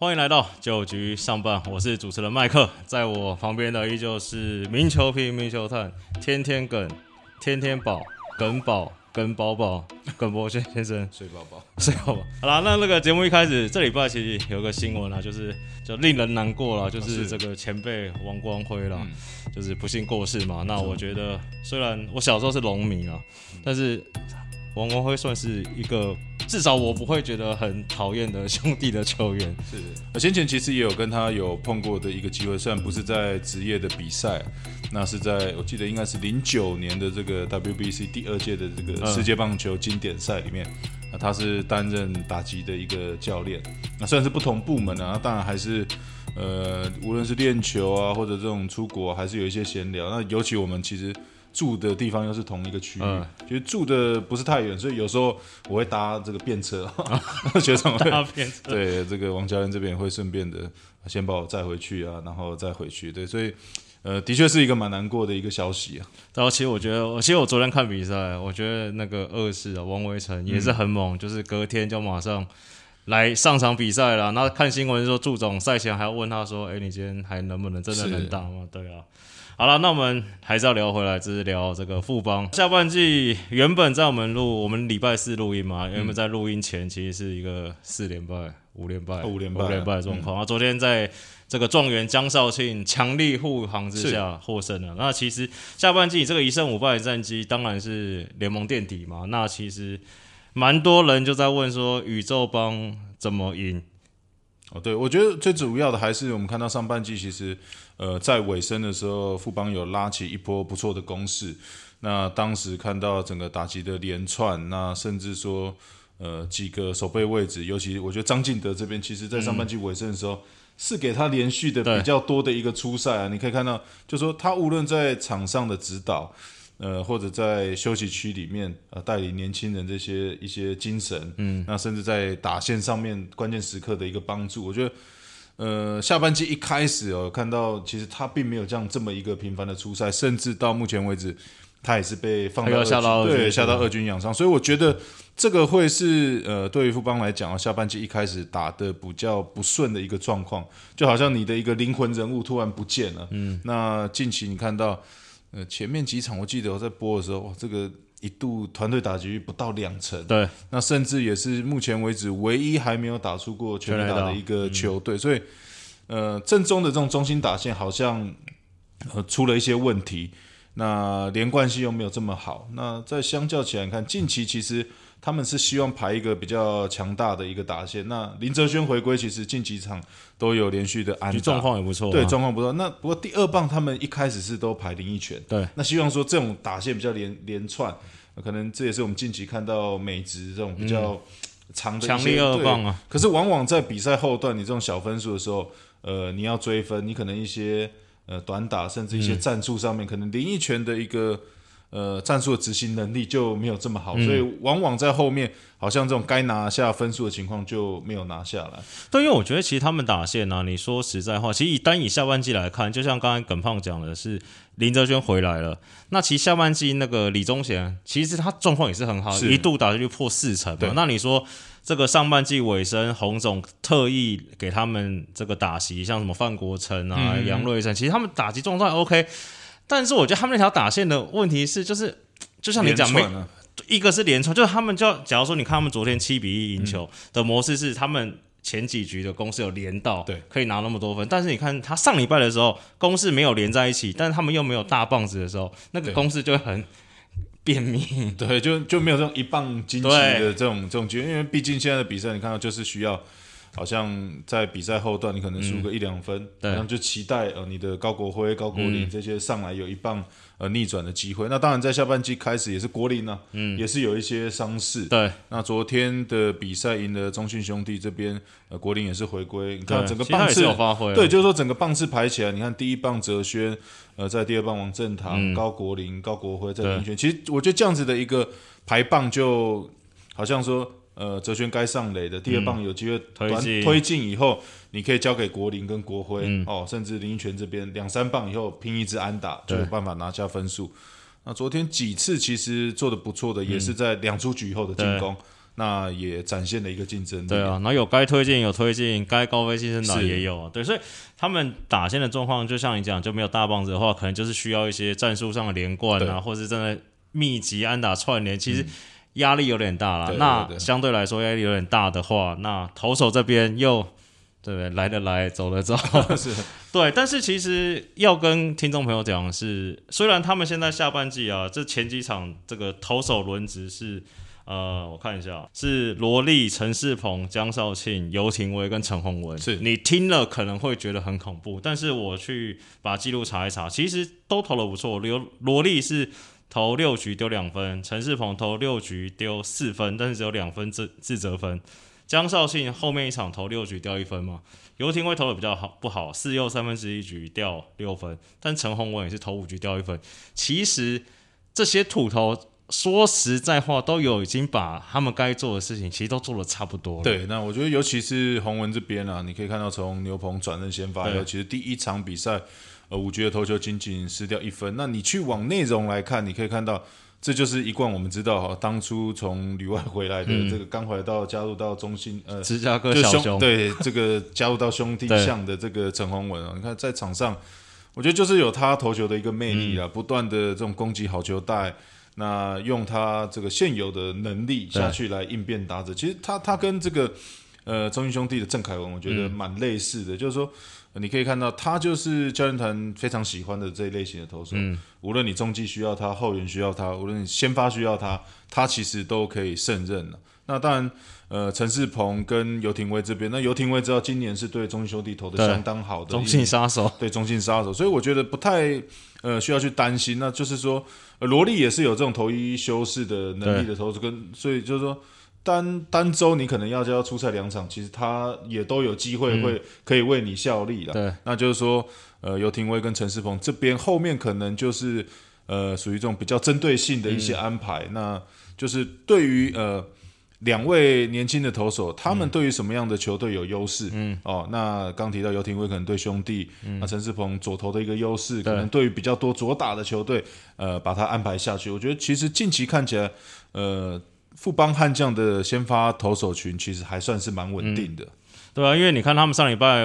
欢迎来到9局上半，我是主持人麦克，在我旁边的依旧是名球评、名球探、天天梗、天天宝、梗宝、梗宝宝、耿博轩先生， 睡宝宝， 睡宝宝。好啦，那个节目一开始，这礼拜其实有个新闻啦，就令人难过啦，就是这个前辈王光辉啦，就是不幸过世嘛。那我觉得，虽然我小时候是龙迷啦，但是王光辉算是一个至少我不会觉得很讨厌的兄弟的球员。 是，先前其实也有跟他有碰过的一个机会，虽然不是在职业的比赛，那是在我记得应该是09年的这个 WBC 第2届的这个世界棒球经典赛里面，那他是担任打击的一个教练。那虽然是不同部门啊，那当然还是无论是练球啊，或者这种出国，还是有一些闲聊。那尤其我们其实住的地方又是同一个区域，其实住的不是太远，所以有时候我会搭这个便车，学长会搭便车， 对这个王教练这边也会顺便的先把我载回去啊，然后再回去，对，所以的确是一个蛮难过的一个消息啊。 然后其实我觉得，其实我昨天看比赛，我觉得那个二世啊，王维成也是很猛，就是隔天就马上来上场比赛了。那看新闻说，祝总赛前还要问他说：“你今天还能不能真的能打吗？”对啊。好了，那我们还是要聊回来，就是聊这个富邦下半季。原本在我们礼拜4录音嘛，原本在录音前其实是一个4连败、5连败的状况。昨天在这个状元江少庆强力护航之下获胜了。那其实下半季这个1胜5败的战绩当然是联盟垫底嘛。那其实蛮多人就在问说，宇宙帮怎么赢？ 对，我觉得最主要的还是我们看到上半季其实，在尾声的时候，富邦有拉起一波不错的攻势。那当时看到整个打击的连串，那甚至说，几个守备位置，尤其我觉得张进德这边，其实在上半季尾声的时候，是给他连续的比较多的一个出赛啊。你可以看到，就说他无论在场上的指导，或者在休息区里面带领年轻人一些精神，那甚至在打线上面关键时刻的一个帮助，我觉得下半季一开始看到其实他并没有这么一个频繁的出赛，甚至到目前为止他也是被放到下到二军养伤，所以我觉得这个会是对于富邦来讲下半季一开始打的比较不顺的一个状况，就好像你的一个灵魂人物突然不见了。那近期你看到前面几场我记得我在播的时候，哇，这个一度团队打击率不到2成， 对， 那甚至也是目前为止唯一还没有打出过全垒打的一个球队，所以正宗的这种中心打线好像出了一些问题，那连贯性又没有这么好。那再相较起来，你看近期其实他们是希望排一个比较强大的一个打线。那林哲轩回归，其实近几场都有连续的安打， 状况也不错， 对，状况不错。那不过第2棒他们一开始是都排林益全， 对， 那希望说这种打线比较连串，可能这也是我们近期看到美职这种比较长的强力2棒啊。 可是往往在比赛后段，你这种小分数的时候，你要追分，你可能一些短打，甚至一些战术上面，可能林益全的一个战术的执行能力就没有这么好，所以往往在后面好像这种该拿下分数的情况就没有拿下来。 对，因为我觉得其实他们打线啊，你说实在话，其实以下半季来看，就像刚才耿胖讲的是林哲轩回来了，那其实下半季那个李宗贤其实他状况也是很好，一度打就破4成嘛。那你说这个上半季尾声，洪总特意给他们这个打席，像什么范国成啊、杨瑞成，其实他们打击状态 OK。但是我觉得他们那条打线的问题是，就像你讲，一个是连串，就是他们假如说你看他们昨天7-1赢球的模式是，他们前几局的攻势有连到，对，可以拿那么多分。但是你看他上礼拜的时候，攻势没有连在一起，但是他们又没有大棒子的时候，那个攻势就会很便秘， 对，就没有这种一棒惊奇的这种机会，因为毕竟现在的比赛你看到就是需要。好像在比赛后段，你可能输个1-2分，然后就期待你的高国辉、高国林这些上来有一棒逆转的机会。那当然在下半季开始也是国林也是有一些伤势。 对， 那昨天的比赛赢了中信兄弟这边，国林也是回归。你看整个棒次有发挥， 对，就是说整个棒次排起来，你看第1棒哲轩，在第2棒王正堂、高国林、高国辉在林轩。其实我觉得这样子的一个排棒，就好像说。哲轩该上垒的第2棒有机会推进以后，你可以交给国林跟国辉，甚至林益全这边2-3棒以后拼一支安打就有办法拿下分数。那昨天几次其实做的不错的，也是在2出局以后的进攻。 那也展现了一个竞争力。 对啊，然后有该推进有推进，该高飞牺牲打也有，对，所以他们打线的状况，就像你讲，就没有大棒子的话，可能就是需要一些战术上的连贯啊，或是真的密集安打串联，其实压力有点大啦。那相对来说压力有点大的话，那投手这边又对不对？来的来，走的走，对。但是其实要跟听众朋友讲的是，虽然他们现在下半季啊，这前几场这个投手轮值是。我看一下，是罗力、陈世鹏、江少庆、游廷威跟陈宏文。 是你听了可能会觉得很恐怖，但是我去把记录查一查，其实都投得不错。罗力是投6局丢2分，陈世鹏投6局丢4分，但是只有2分自责分。江少庆后面一场投6局掉1分嘛，游廷威投的比较好不好，4又1/3局掉6分，但陈宏文也是投5局掉1分。其实这些土投。说实在话，都已经把他们该做的事情，其实都做得差不多了。 对，那我觉得尤其是洪文这边啊，你可以看到从牛棚转任先发以后，其实第一场比赛，5局的投球仅仅失掉1分。那你去往内容来看，你可以看到，这就是一贯我们知道当初从旅外回来的这个刚回来到加入到中信芝加哥小熊， 对这个加入到兄弟象的这个陈宏文啊，你看在场上，我觉得就是有他投球的一个魅力啦，不断的这种攻击好球带。那用他这个现有的能力下去来应变打者，其实他跟这个中信兄弟的郑凯文，我觉得蛮类似的，就是说你可以看到他就是教练团非常喜欢的这一类型的投手，无论你中继需要他，后援需要他，无论你先发需要他，他其实都可以胜任了。那当然，陈世鹏跟游廷威这边，那游廷威知道今年是对中信兄弟投的相当好的中信杀手， 对中信杀手，所以我觉得不太需要去担心。那就是说，罗力也是有这种投一休四的能力的投手，所以就是说单周你可能要叫他出赛2场，其实他也都有机会可以为你效力了。 对， 那就是说，游廷威跟陈世鹏这边后面可能就是属于这种比较针对性的一些安排，那就是对于2位年轻的投手，他们对于什么样的球队有优势？那刚提到游廷威可能对兄弟，那陈世鹏左投的一个优势，可能对于比较多左打的球队，把他安排下去。我觉得其实近期看起来，富邦悍将的先发投手群其实还算是蛮稳定的。 对啊，因为你看他们上礼拜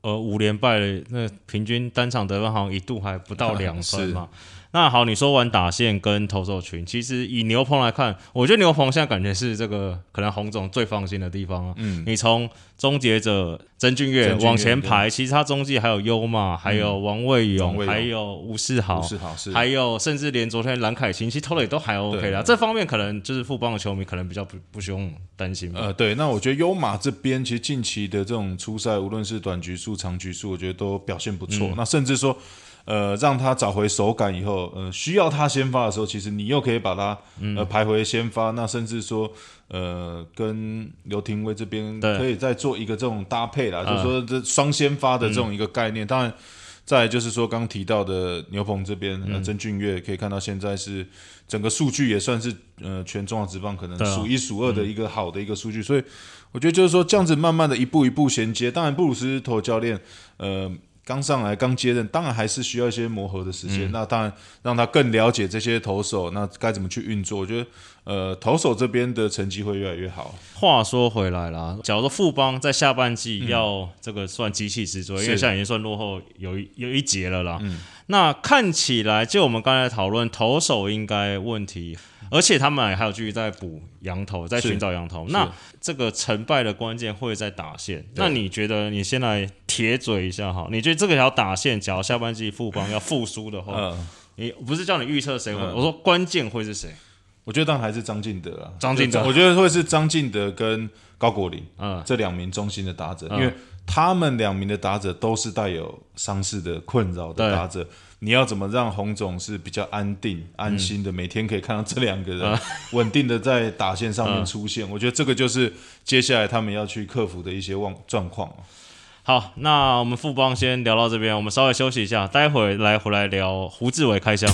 5连败的，那平均单场得分好像一度还不到2分嘛。那好，你说完打线跟投手群，其实以牛棚来看，我觉得牛棚现在感觉是这个可能洪总最放心的地方啊。你从终结者曾峻岳往前排，其实他中继还有优马，还有王卫勇，还有吴世豪，还有甚至连昨天蓝凯钦，其实投的也都还 OK 啦。这方面可能就是富邦的球迷可能比较不用担心吧。 对，那我觉得优马这边其实近期的这种出赛，无论是短局数、长局数，我觉得都表现不错。那甚至说。让他找回手感以后，需要他先发的时候，其实你又可以把他排回先发，那甚至说，跟游廷威这边可以再做一个这种搭配啦，就是说这双先发的这种一个概念。当然，再来就是说刚提到的牛棚这边，曾峻岳可以看到现在是整个数据也算是全中华职棒可能数1数2的一个好的一个数据，所以我觉得就是说这样子慢慢的一步一步衔接。当然，布鲁斯投教练，刚上来刚接任，当然还是需要一些磨合的时间。那当然让他更了解这些投手，那该怎么去运作？我觉得投手这边的成绩会越来越好。 话说回来啦，假如说富邦在下半季要这个算机器之作，因为现在已经算落后有一节了啦。那看起来就我们刚才讨论投手应该问题。而且他们还有继续在补洋投，在寻找洋投。那这个成败的关键会在打线。那你觉得你先来铁嘴一下哈？你觉得这个条打线，假如下半季富邦要复苏的话，你不是叫你预测谁会？我说关键会是谁？ 我觉得当然还是张进德啊。 张进德， 我觉得会是张进德跟高国林，这2名中心的打者，因为他们2名的打者都是带有伤势的困扰的打者。你要怎么让洪总是比较安定、安心的，每天可以看到这2个人稳定的在打线上面出现？我觉得这个就是接下来他们要去克服的一些状况。 好，那我们富邦先聊到这边，我们稍微休息一下，待会回来聊胡志伟开箱。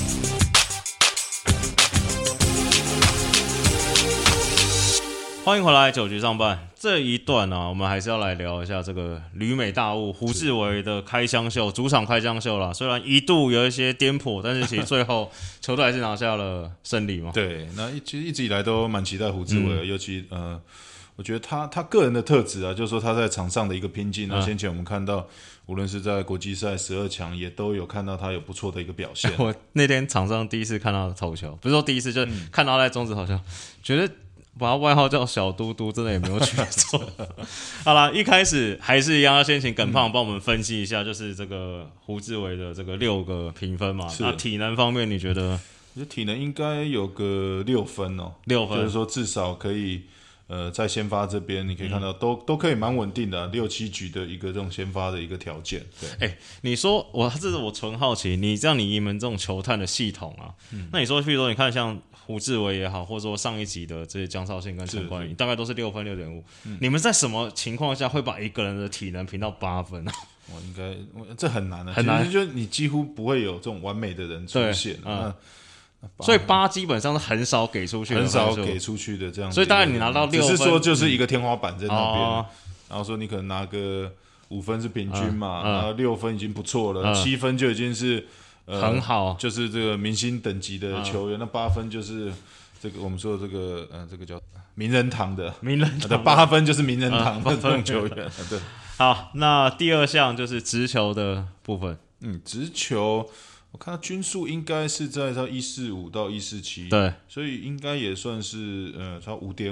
欢迎回来九局上半这一段啊，我们还是要来聊一下这个旅美大物胡志伟的开箱秀，主场开箱秀啦。虽然一度有一些颠簸，但是其实最后球队还是拿下了胜利嘛。 对，那其实一直以来都蛮期待胡志伟，尤其我觉得他个人的特质啊，就是说他在场上的一个拼劲。那先前我们看到，无论是在国际赛12强，也都有看到他有不错的一个表现。 我那天场上第一次看到他投球，不是说第一次，就看到他在中职投球，觉得把他外号叫小嘟嘟，真的也没有取错。好啦，一开始还是一样，要先请耿胖帮我们分析一下，就是这个胡志伟的这个6个评分嘛。那体能方面，你觉得？ 我觉得体能应该有个6分哦，6分，就是说至少可以。在先发这边你可以看到都可以蛮稳定的6、7局的一个这种先发的一个条件。 对，你说这是我纯好奇，你们这种球探的系统啊，那你说，譬如说你看像胡志伟也好，或者说上一集的这些江少庆跟陈冠宇，大概都是6分6.5。你们在什么情况下会把一个人的体能评到8分啊？ 我应该这很难的，很难，就是你几乎不会有这种完美的人出现。 所以8基本上是很少给出去的， 很少给出去的这样子。 所以当然你拿到6分， 只是说就是一个天花板在那边，然后说你可能拿个5分是平均嘛，然后6分已经不错了，7分就已经是很好， 就是这个明星等级的球员。那8分就是这个我们说的这个叫名人堂的8分就是名人堂的这种球员。对， 好，那第二项就是直球的部分。 直球。我看到均数应该是在到145到147， 对，所以应该也算是差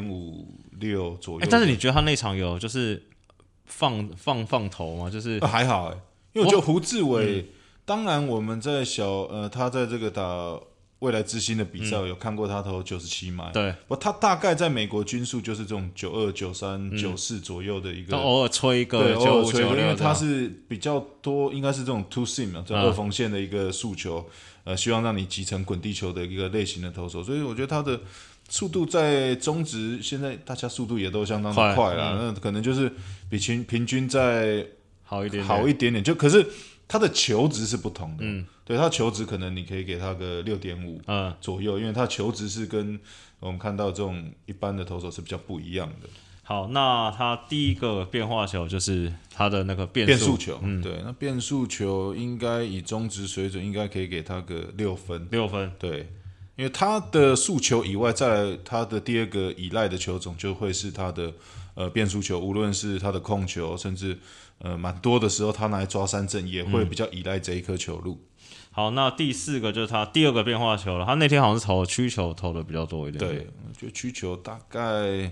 5.56左右。 但是你觉得他那场有就是放头吗？就是还好因为我觉得胡志伟，当然我们在他在这个打未来之星的比赛有看过他投97迈， 对， 他大概在美国均数就是这种92、93、94左右的一个， 偶尔吹一个， 对，偶尔吹一个，因为他是比较多，应该是这种 two seam 这种2缝线的一个速球，希望让你击成滚地球的一个类型的投手，所以我觉得他的速度在中职现在大家速度也都相当的快啦，那可能就是比平均再好一点点，就可是他的球质是不同的，对，他球质可能你可以给他个6.5左右，因为他球质是跟我们看到这种一般的投手是比较不一样的。 好，那他第一个变化球就是他的那个变速球，对，那变速球应该以中职水准应该可以给他个6分，对，因为他的速球以外，再来他的第二个依赖的球种就会是他的变速球，无论是他的控球，甚至蛮多的时候他拿来抓三振也会比较依赖这一颗球路。 好，那第4个就是他第2个变化球了，他那天好像是投曲球投的比较多一点， 对，我觉得曲球大概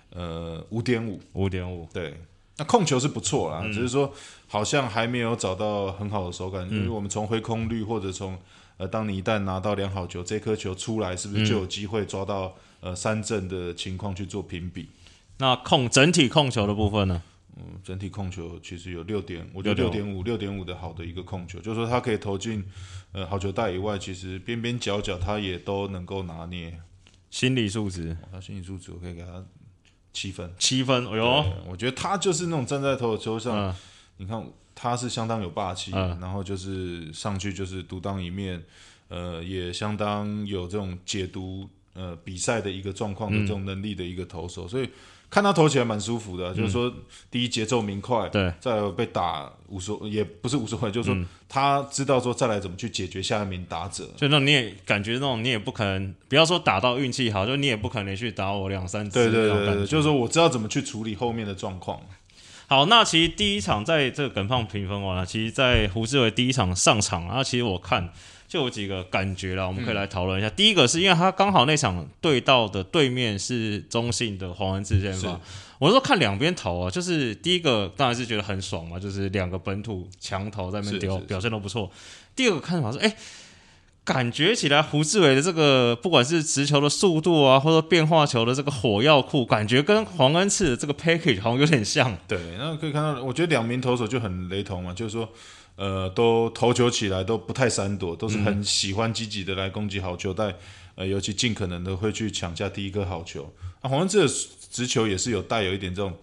5.5，对，那控球是不错啦，只是说好像还没有找到很好的手感，因为我们从挥空率或者从当你一旦拿到良好球，这颗球出来是不是就有机会抓到三振的情况去做评比？ 那整体控球的部分呢？ 整体控球其实有我觉得6.5的好的一个控球，就是说它可以投进好球带以外，其实边边角角它也都能够拿捏。 心理素质， 他心理素质我可以给他7分。 7分，哎呦， 我觉得他就是那种站在投球上，你看他是相当有霸气，然后就是上去就是独当一面，也相当有这种解读比赛的一个状况的这种能力的一个投手，所以看他投起来蛮舒服的，就是说第一节奏明快， 对， 再来被打也不是无所谓，就是说他知道说再来怎么去解决下一名打者， 就那种你也感觉那种你也不可能，不要说打到运气好，就你也不可能去打我2-3支， 对，就是说我知道怎么去处理后面的状况。 好，那其实第一场在这个耿胖评分完了，其实在胡志伟第一场上场，然后其实我看就有几个感觉啦，我们可以来讨论一下。第一个是因为他刚好那场对到的对面是中信的黄文志先发，我说看两边投啊，就是第一个当然是觉得很爽嘛，就是2个本土强投在那边丢，表现都不错。第二个看法是，感觉起来胡志伟的这个不管是直球的速度啊，或者变化球的这个火药库，感觉跟黄恩赐的这个 package 好像有点像。 对，那可以看到，我觉得2名投手就很雷同嘛，就是说，都投球起来都不太闪躲，都是很喜欢积极的来攻击好球带，尤其尽可能的会去抢下第一颗好球。黄恩赐的直球也是带有一点这种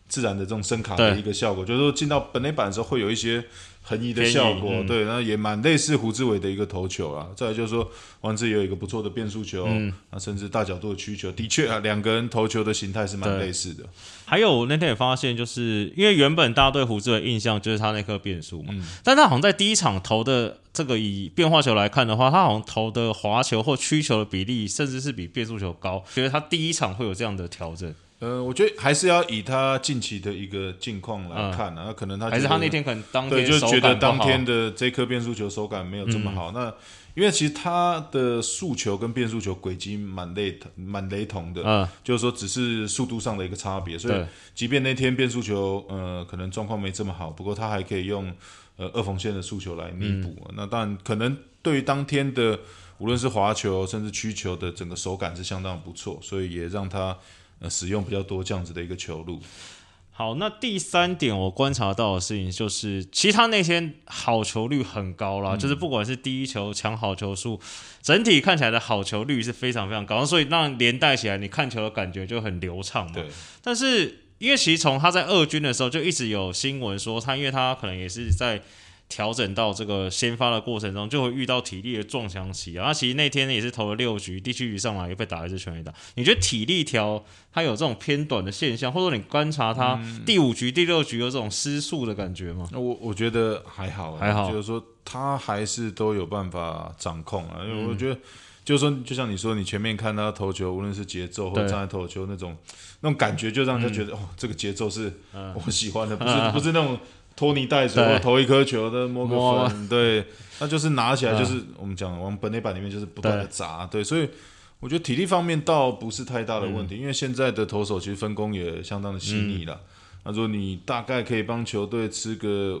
自然的这种声卡的一个效果，就是说进到本垒板的时候会有一些横移的效果，对，那也蛮类似胡志伟的一个投球啦。再来就是说，王志也有一个不错的变速球，甚至大角度的曲球，的确啊，两个人投球的形态是蛮类似的。 还有我那天也发现，就是因为原本大家对胡志伟印象就是他那颗变速嘛，但他好像在第一场投的这个以变化球来看的话，他好像投的滑球或曲球的比例，甚至是比变速球高，觉得他第一场会有这样的调整。 我觉得还是要以他近期的一个近况来看啊，可能他还是他那天可能当天对，就觉得当天的这颗变速球手感没有这么好。那因为其实他的速球跟变速球轨迹蛮雷同的，就是说只是速度上的一个差别。所以即便那天变速球可能状况没这么好，不过他还可以用二缝线的速球来弥补。那当然可能对于当天的无论是滑球甚至曲球的整个手感是相当不错，所以也让他使用比较多这样子的一个球路。 好，那第三点我观察到的事情就是，其实他那天好球率很高啦，就是不管是第一球抢好球数，整体看起来的好球率是非常非常高，所以让连带起来你看球的感觉就很流畅嘛。 对， 但是因为其实从他在二军的时候就一直有新闻说因为他可能也是在调整到这个先发的过程中，就会遇到体力的撞墙期啊。他其实那天也是投了6局，第7局上来又被打一支全垒打。你觉得体力调他有这种偏短的现象，或者说你观察他第5局、第6局有这种失速的感觉吗？ 我觉得还好，就是说他还是都有办法掌控啊。因为我觉得就是说，就像你说，你前面看他投球，无论是节奏或者站在投球那种感觉，就让人家觉得这个节奏是我喜欢的，不是那种拖泥带水或投一颗球的摸个分，对，那就是拿起来就是我们讲往本垒板里面就是不断的砸，对，所以我觉得体力方面倒不是太大的问题，因为现在的投手其实分工也相当的细腻了。那如果你大概可以帮球队吃个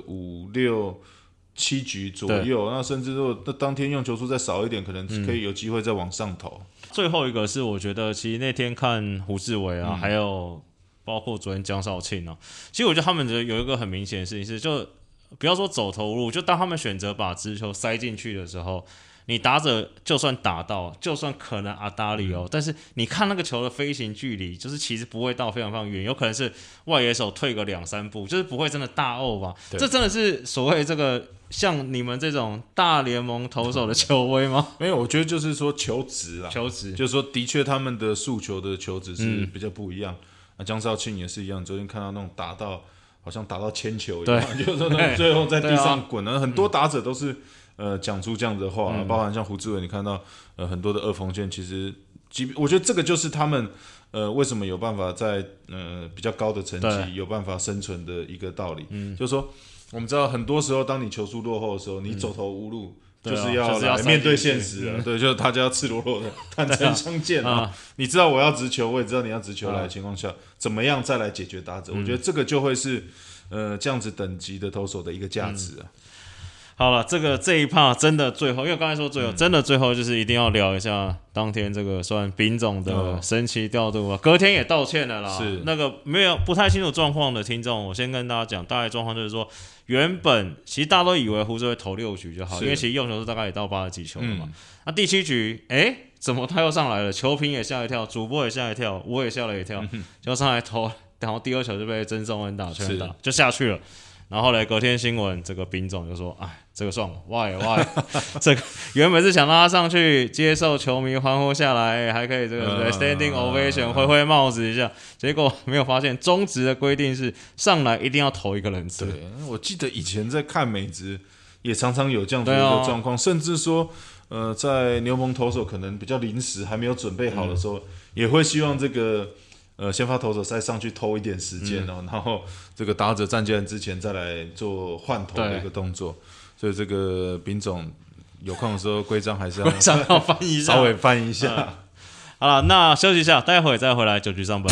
5、6、7局左右，那甚至如果当天用球数再少一点，可能可以有机会再往上投。 最后一个是我觉得，其实那天看胡志伟啊，还有包括昨天江少庆啊，其实我觉得他们有一个很明显的事情是，就不要说走投无路，就当他们选择把直球塞进去的时候，你打者就算打到，就算可能阿达里但是你看那个球的飞行距离，就是其实不会到非常非常远，有可能是外野手退个2、3步，就是不会真的大欧吧？这真的是所谓这个像你们这种大联盟投手的球威吗？ 没有，我觉得就是说球质啦， 球质就是说的确他们的速球的球质是比较不一样。那江少庆也是一样，昨天看到那种打到好像打到铅球一样，就是说那最后在地上滚了，很多打者都是讲出这样子的话，包含像胡志伟，你看到很多的二缝线，其实我觉得这个就是他们为什么有办法在比较高的成绩有办法生存的一个道理，就是说我们知道很多时候当你球速落后的时候，你走投无路。就是要来面对现实了，对，就是大家要赤裸裸的坦诚相见啊！你知道我要直球，我也知道你要直球来的情况下，怎么样再来解决打者？我觉得这个就会是这样子等级的投手的一个价值啊。 好了，这一趴真的最后，因为刚才说最后，真的最后就是一定要聊一下当天这个算丙总的神奇调度啊，隔天也道歉了啦。是那个没有不太清楚状况的听众，我先跟大家讲，大概状况就是说，原本其实大家都以为胡志伟投6局就好，因为其实用球数大概也到80几球了嘛。那第7局，怎么他又上来了？球评也吓一跳，主播也吓一跳，我也吓了一跳，就上来投，然后第2球就被曾颂恩打全打，就下去了。然后后来隔天新闻，这个丙总就说：“这个算我 why 这个原本是想让他上去接受球迷欢呼下来，还可以这个 standing ovation 挥帽子一下，结果没有发现中职的规定是上来一定要投一个人次。 对，我记得以前在看美职也常常有这样子的一个状况，甚至说在牛棚投手可能比较临时还没有准备好的时候，也会希望这个。先发投手再上去偷一点时间然后这个打者站进来之前再来做换投的一个动作，所以这个丙总有空的时候规章还是要翻一下， 稍微翻一下。 好了，那休息一下，待会再回来9局上班。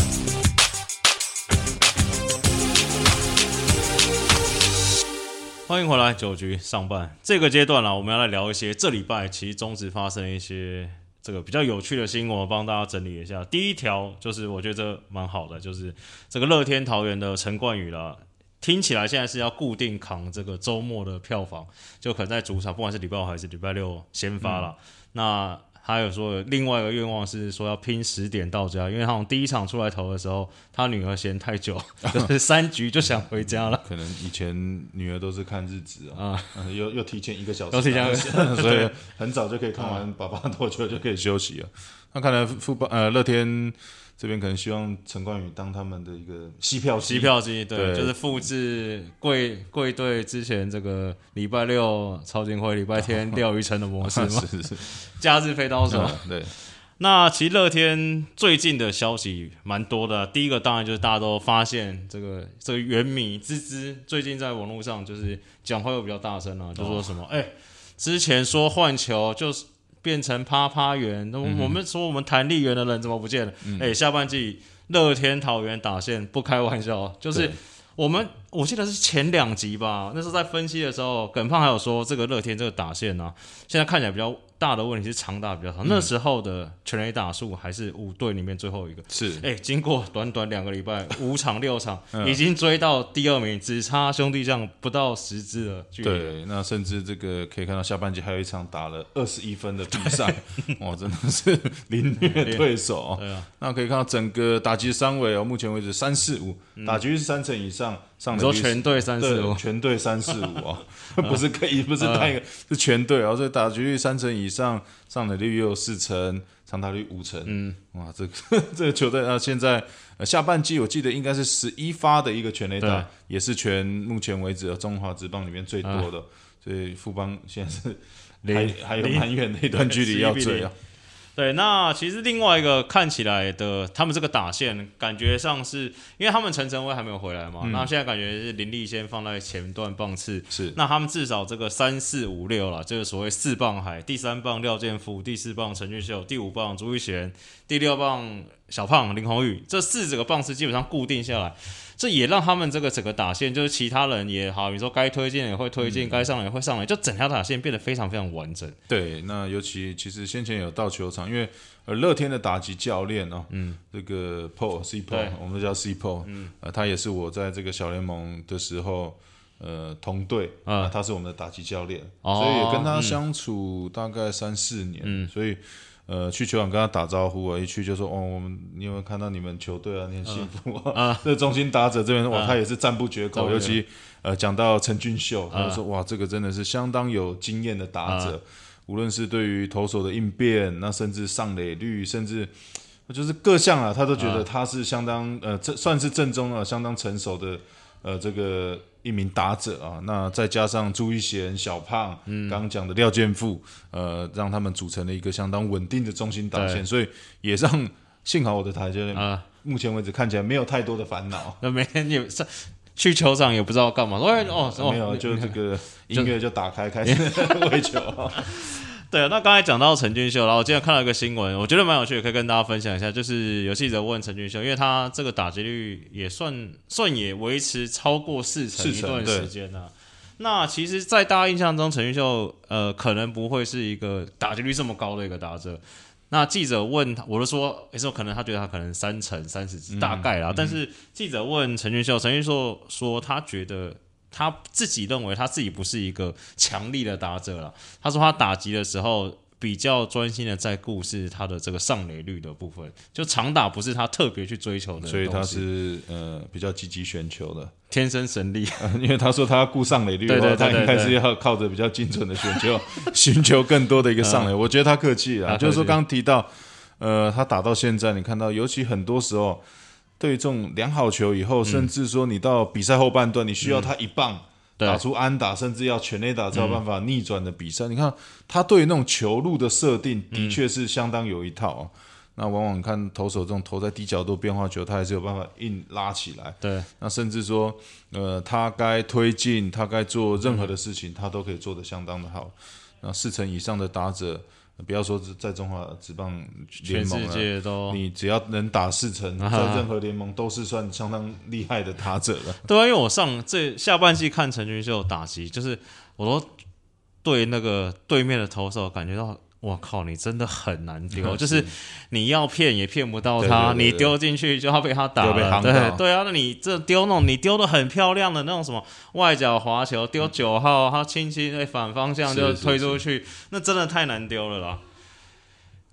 欢迎回来9局上半这个阶段啦，我们要来聊一些这礼拜其实中职发生了一些。这个比较有趣的新闻，我帮大家整理一下。第一条就是我觉得蛮好的，就是这个乐天桃园的陈冠宇啦，听起来现在是要固定扛这个周末的票房，就可能在主场，不管是礼拜5还是礼拜6先发啦。那他有说另外一个愿望是说要拼10点到家，因为他从第一场出来投的时候，他女儿嫌太久，就是3局就想回家了。 可能以前女儿都是看日子又提前1个小时， 都提前所以很早就可以看完爸爸投球就可以休息了。那看来乐天这边可能希望陈冠宇当他们的一个吸票机， 对，就是复制贵队之前这个礼拜六曹金辉，礼拜天廖宇成的模式嘛， 是假日飞刀手。 对。 那其实乐天最近的消息蛮多的第一个当然就是大家都发现这个原米芝芝最近在网络上就是讲话又比较大声了，就说什么之前说换球就是变成趴员，我们说我们弹力员的人怎么不见了？下半季乐天桃园打线不开玩笑，就是我记得是前2集吧，那时候在分析的时候，耿胖还有说这个乐天这个打线啊，现在看起来比较大的问题是长打比较少。那时候的全垒打数还是5队里面最后一个， 是经过短短2个礼拜，5场6场，已经追到第2名，只差兄弟象不到10支的距离。 对，那甚至这个可以看到下半季还有一场打了21分的比赛，哇，真的是凌虐对手对啊， 那可以看到整个打击3围目前为止3-4-5，打击率是3成以上。 你说全队3-4-5， 全队3-4-5不是可以，不是单一个，是全队所以打击率3成以上，上垒率又有4成，长打率5成。哇，这个球队现在下半季我记得应该是11发的一个全垒打，也是目前为止中华职棒里面最多的，所以富邦现在是还有蛮远的一段距离要追对，那其实另外一个看起来的，他们这个打线感觉上是因为他们陈晨威还没有回来嘛，那现在感觉是林立先放在前段棒次， 是那他们至少这个3、4、5、6啦，这个所谓4棒海，第3棒廖健富，第4棒陈俊秀，第5棒朱一贤，第6棒小胖林鸿宇，这4个棒次基本上固定下来。这也让他们这个整个打线，就是其他人也好，你说该推进也会推进，该上来也会上来，就整条打线变得非常非常完整。 对，那尤其其实先前有到球场，因为乐天的打击教练这个 C Paul， 我们都叫 C Paul，他也是我在这个小联盟的时候同队他是我们的打击教练，所以也跟他相处大概3-4年，所以。去球场跟他打招呼一去就说你有没有看到你们球队你很幸福这中心打者这边他也是赞不绝口，尤其讲到陈俊秀，他就说哇，这个真的是相当有经验的打者，无论是对于投手的应变，那甚至上垒率，甚至就是各项他都觉得他是相当这算是正宗相当成熟的这个一名打者那再加上朱一贤、小胖，刚刚讲的廖健富，让他们组成了一个相当稳定的中心打线，所以也让幸好我的台教练目前为止看起来没有太多的烦恼。 那每天也去球场也不知道干嘛， 没有，就这个音乐就打开开始喂球。 对，那刚才讲到陈俊秀，然后我今天看到一个新闻，我觉得蛮有趣的，可以跟大家分享一下。就是有记者问陈俊秀，因为他这个打击率也算也维持超过4成一段时间那其实，在大家印象中，陈俊秀可能不会是一个打击率这么高的一个打者。那记者问他，我就说，可能他觉得他可能3成30大概啦。但是记者问陈俊秀，陈俊秀说他觉得。他自己认为他自己不是一个强力的打者啦，他说他打击的时候比较专心的在顾是他的这个上垒率的部分，就长打不是他特别去追求的东西， 所以他是比较积极选球的， 天生神力。 因为他说他要顾上垒率的话，他应该是要靠着比较精准的选球，寻求更多的一个上垒。我觉得他客气啦，就是说刚刚提到他打到现在，你看到尤其很多时候。对于这种良好球以后，甚至说你到比赛后半段，你需要他一棒打出安打，甚至要全垒打才有办法逆转的比赛。你看他对于那种球路的设定，的确是相当有一套那往往看投手这种投在低角度变化球，他还是有办法硬拉起来。 对， 那甚至说他该推进，他该做任何的事情，他都可以做得相当的好。那4成以上的打者。不要说在中华职棒联盟了， 全世界都你只要能打4成，在任何联盟都是算相当厉害的打者了。 对因为我下半季看陈俊秀打击，就是我都对那个对面的投手感觉到，哇靠，你真的很难丢，就是你要骗也骗不到他，你丢进去就要被他打了。对啊，那你这丢那种你丢的很漂亮的那种什么外角滑球，丢9号，他轻轻反方向就推出去，那真的太难丢了啦。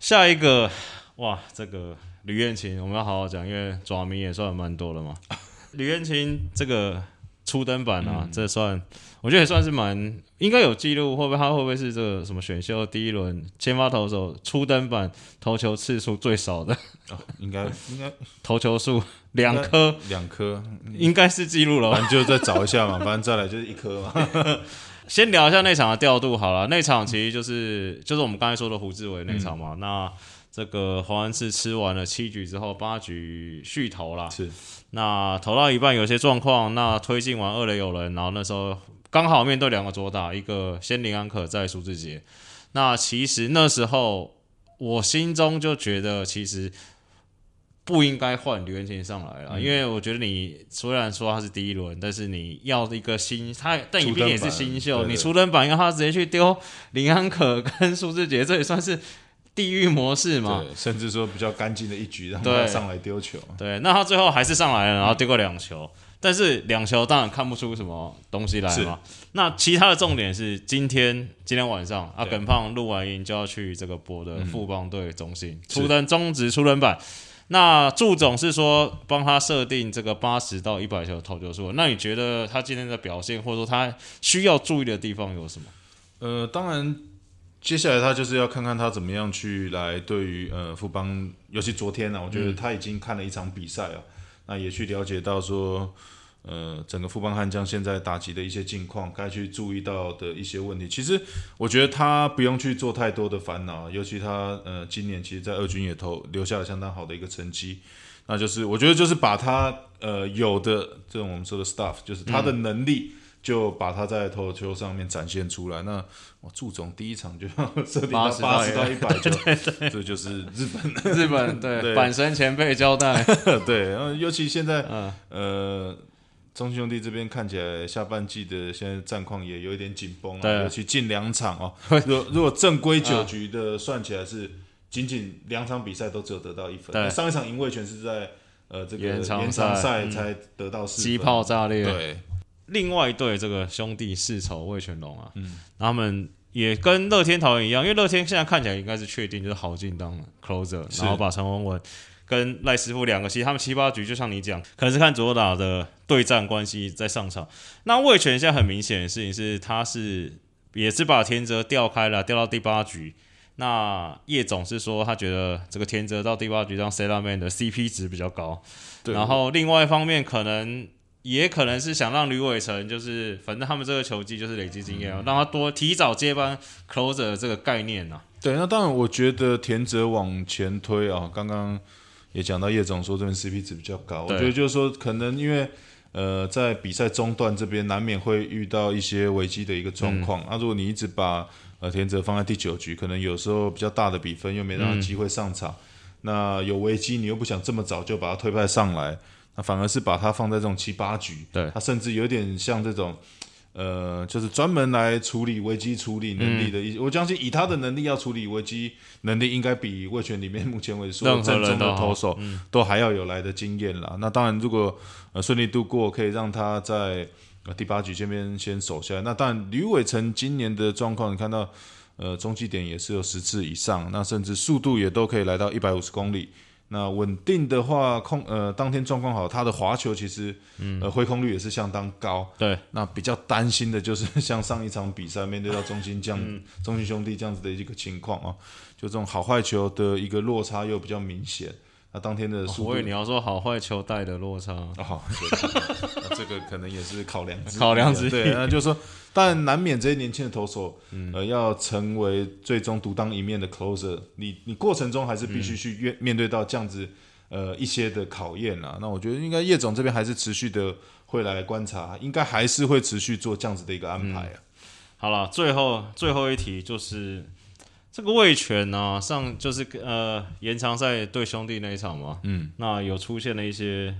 下一个，哇，这个吕彦青我们要好好讲，因为爪迷也算蛮多了嘛。吕彦青这个初登板啊，这算我觉得也算是应该有记录，他会不会是这个什么选秀第一轮先发投手初登板投球次数最少的？ 应该投球数2颗，应该是记录了。 反正就再找一下嘛，反正再来就是1颗嘛。 先聊一下那场的调度好了，那场其实就是我们刚才说的胡志伟那场嘛。那这个黄安志吃完了7局之后，8局续投啦。 是。 那投到一半有些状况，那推进完2垒有人，然后那时候刚好面对2个左打，一个先林安可再苏志杰。那其实那时候我心中就觉得，其实不应该换吕彦青上来了，因为我觉得你虽然说他是第一轮，但是你要一个但你毕竟也是新秀， 对对， 你初登板要他直接去丢林安可跟苏志杰，这也算是地狱模式嘛？ 对，甚至说比较干净的一局，让他上来丢球。 对，那他最后还是上来了，然后丢过2球，但是2球当然看不出什么东西来嘛。那其他的重点是今天晚上耿胖录完音就要去这个博的富邦队中心中职初登板。那祝总是说帮他设定这个80到100球投球数，那你觉得他今天的表现，或者说他需要注意的地方有什么？ 当然，接下来他就是要看看他怎么样去来对于富邦，尤其昨天我觉得他已经看了一场比赛那也去了解到说，整个富邦悍将现在打击的一些近况，该去注意到的一些问题。其实我觉得他不用去做太多的烦恼，尤其他今年其实在2军也留下了相当好的一个成绩。那就是我觉得就是把他有的这种我们说的 stuff， 就是他的能力。就把他在投球上面展现出来。那祝总第一场就要设定到80到100球，这就是日本对阪神前辈交代。 对，然后尤其现在中信兄弟这边看起来下半季的现在战况也有一点紧绷尤其近2场如果正规9局的算起来是仅2场比赛都只有得到1分，上一场赢味全是在这个延长赛才得到4分， 机炮炸裂。 对。 另外一队这个兄弟世仇味全龙他们也跟乐天桃园一样，因为乐天现在看起来应该是确定就是郝进当 closer， 然后把陈文文跟赖师傅2个，其实他们7、8局就像你讲，可能是看左打的对战关系在上场。那味全现在很明显的事情是，他也是把田泽调开了，调到第8局。那叶总是说他觉得这个田泽到第8局让 Selaman 的 CP 值比较高，然后另外一方面也可能是想让吕伟成，就是反正他们这个球季就是累积经验，让他多提早接班 closer 这个概念对，那当然我觉得田泽往前推刚刚也讲到叶总说这边 CP 值比较高，我觉得就是说可能因为在比赛中段这边难免会遇到一些危机的一个状况如果你一直把田泽放在第9局，可能有时候比较大的比分又没让他机会上场，那有危机你又不想这么早就把他推派上来。那反而是把它放在这种7、8局，他甚至有点像这种，就是专门来处理危机处理能力的我相信以他的能力要处理危机能力，应该比味全里面目前为止所有正宗的投手都还要有来的经验啦。那当然，如果顺利度过，可以让他在第8局这边先守下来。那当然，吕伟成今年的状况，你看到中继点也是有10次以上，那甚至速度也都可以来到150公里。那稳定的话，当天状况好，他的滑球其实挥空率也是相当高。 对， 那比较担心的就是像上一场比赛面对到中信兄弟这样子的一个情况就这种好坏球的一个落差又比较明显。那当天的速度， 我以为你要说好坏球带的落差这个可能也是考量之一。对，那就是说，但难免这些年轻的投手，要成为最终独当一面的 closer， 你过程中还是必须去面对到这样子一些的考验啦。那我觉得应该叶总这边还是持续的会来观察，应该还是会持续做这样子的一个安排好了，最后一题就是这个味全上就是延长赛对兄弟那一场嘛，那有出现了一些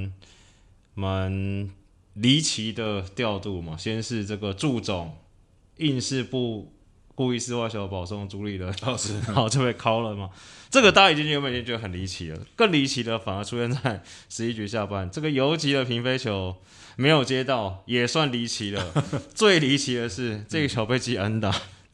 蛮离奇的调度嘛。先是这个祝总硬是不故意室外小保送朱立伦，好就被敲了嘛。这个大家原本已经觉得很离奇了，更离奇的反而出现在11局下半，这个游击的平飞球没有接到，也算离奇了。最离奇的是这个球被记安打。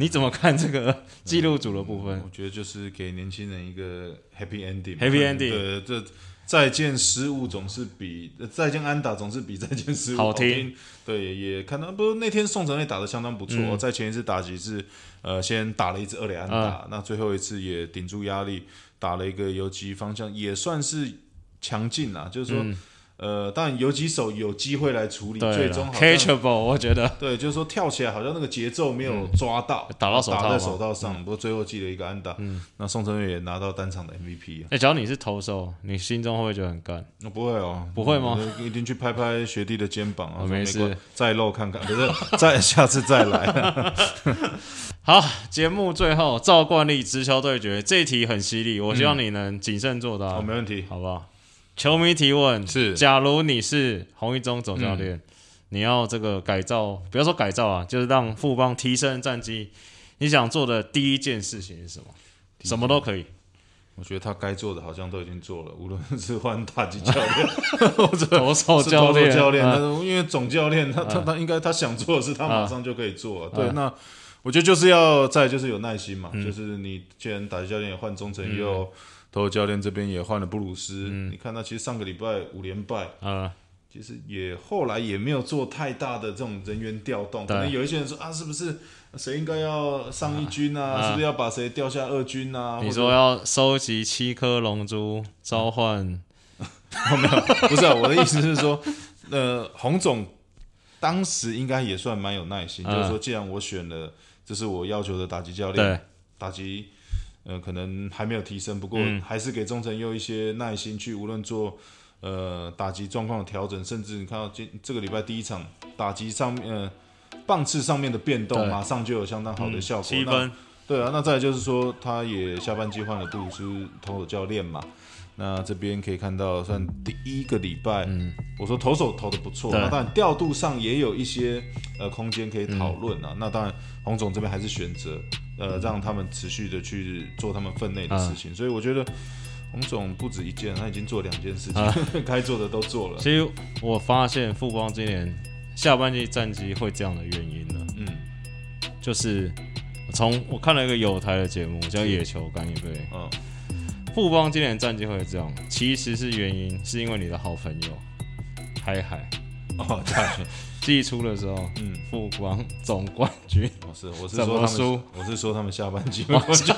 你怎么看这个记录组的部分？ 我觉得就是给年轻人一个 happy ending。 happy ending。 对，这再见失误总是比再见安打总是比再见失误好听。对，也看到不那天宋承睿打得相当不错，在前一次打击是先打了一支2垒安打，那最后一次也顶住压力打了一个游击方向，也算是强劲啦，就是说。当然游击手有机会来处理，最终好像 catchable， 我觉得对，就是说跳起来好像那个节奏没有抓到， 打在手套上，不过最后记了一个安打，那宋承睿也拿到单场的 MVP 啊。假如你是投手，你心中会不会觉得很干？ 不会哦， 不会吗？ 一定去拍拍学弟的肩膀啊， 没事， 再露看看，不是下次再来。 好，节目最后照惯例直球对决，这一题很犀利，我希望你能谨慎作答。 没问题， 好不好？球迷提问是： 假如你是洪一中总教练，你要这个改造，不要说改造啊，就是让富邦提升战绩，你想做的第一件事情是什么？什么都可以。 我觉得他该做的好像都已经做了，无论是换打击教练或者投手教练， 因为总教练他应该他想做的事，他马上就可以做。对，那我觉得就是要就是有耐心嘛，就是你既然打击教练也换中诚佑。投手教练这边也换了布鲁斯，你看他其实上个礼拜5连败，其实也后来也没有做太大的这种人员调动，可能有一些人说是不是谁应该要上1军啊？是不是要把谁调下2军啊？ 你说要收集7颗龙珠召唤？ 没有，不是我的意思是说，洪总当时应该也算蛮有耐心，就是说既然我选了，这是我要求的打击教练，打击。可能还没有提升，不过还是给中诚佑一些耐心去，无论做打击状况的调整，甚至你看到这个礼拜第一场打击上面棒次上面的变动，马上就有相当好的效果。 7分， 对啊，那再来就是说，他也下半季换了布鲁斯投手教练嘛。那这边可以看到，算第1个礼拜，我说投手投的不错，那当然调度上也有一些空间可以讨论啊。那当然，洪总这边还是选择让他们持续的去做他们分内的事情，所以我觉得洪总不止一件，他已经做2件事情，该做的都做了。 其实我发现富邦今年下半季战绩会这样的原因呢，就是我看了一个有台的节目叫《野球干一杯》，富邦今年战绩会这样，其实是因为你的好朋友海季初的时候，富邦总冠军， 我是说他们下半季。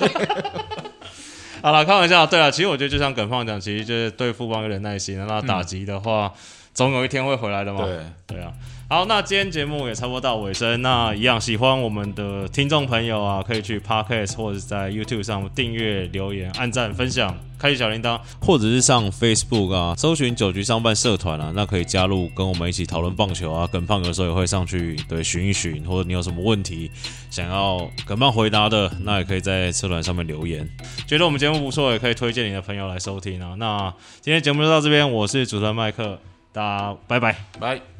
好了，开玩笑，对了，其实我觉得就像耿胖讲，其实就是对富邦有点耐心，那打击的话，总有一天会回来的嘛。对啊。好，那今天节目也差不多到尾声。那一样喜欢我们的听众朋友啊，可以去 Podcast 或者是在 YouTube 上订阅、留言、按赞、分享、开启小铃铛，或者是上 Facebook 啊，搜寻9局上半社团啊，那可以加入跟我们一起讨论棒球啊。耿胖有时候也会上去询一询，或者你有什么问题想要耿胖回答的，那也可以在社团上面留言。觉得我们节目不错，也可以推荐你的朋友来收听啊。那今天节目就到这边，我是主持人麦克，大家拜拜。